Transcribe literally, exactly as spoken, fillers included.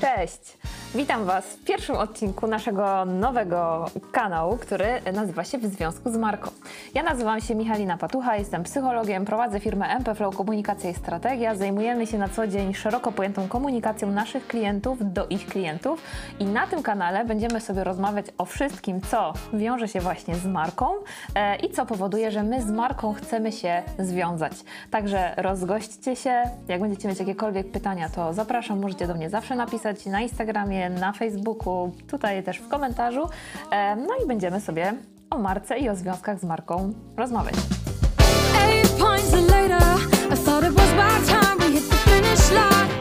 Cześć! Witam Was w pierwszym odcinku naszego nowego kanału, który nazywa się W związku z marką. Ja nazywam się Michalina Patucha, jestem psychologiem, prowadzę firmę M P Flow Komunikacja i Strategia. Zajmujemy się na co dzień szeroko pojętą komunikacją naszych klientów do ich klientów i na tym kanale będziemy sobie rozmawiać o wszystkim, co wiąże się właśnie z marką e, i co powoduje, że my z marką chcemy się związać. Także rozgośćcie się, jak będziecie mieć jakiekolwiek pytania, to zapraszam, możecie do mnie zawsze napisać na Instagramie, na Facebooku, tutaj też w komentarzu. No i będziemy sobie o marce i o związkach z marką rozmawiać. Eight points later, I thought it was my time. We hit the finish line.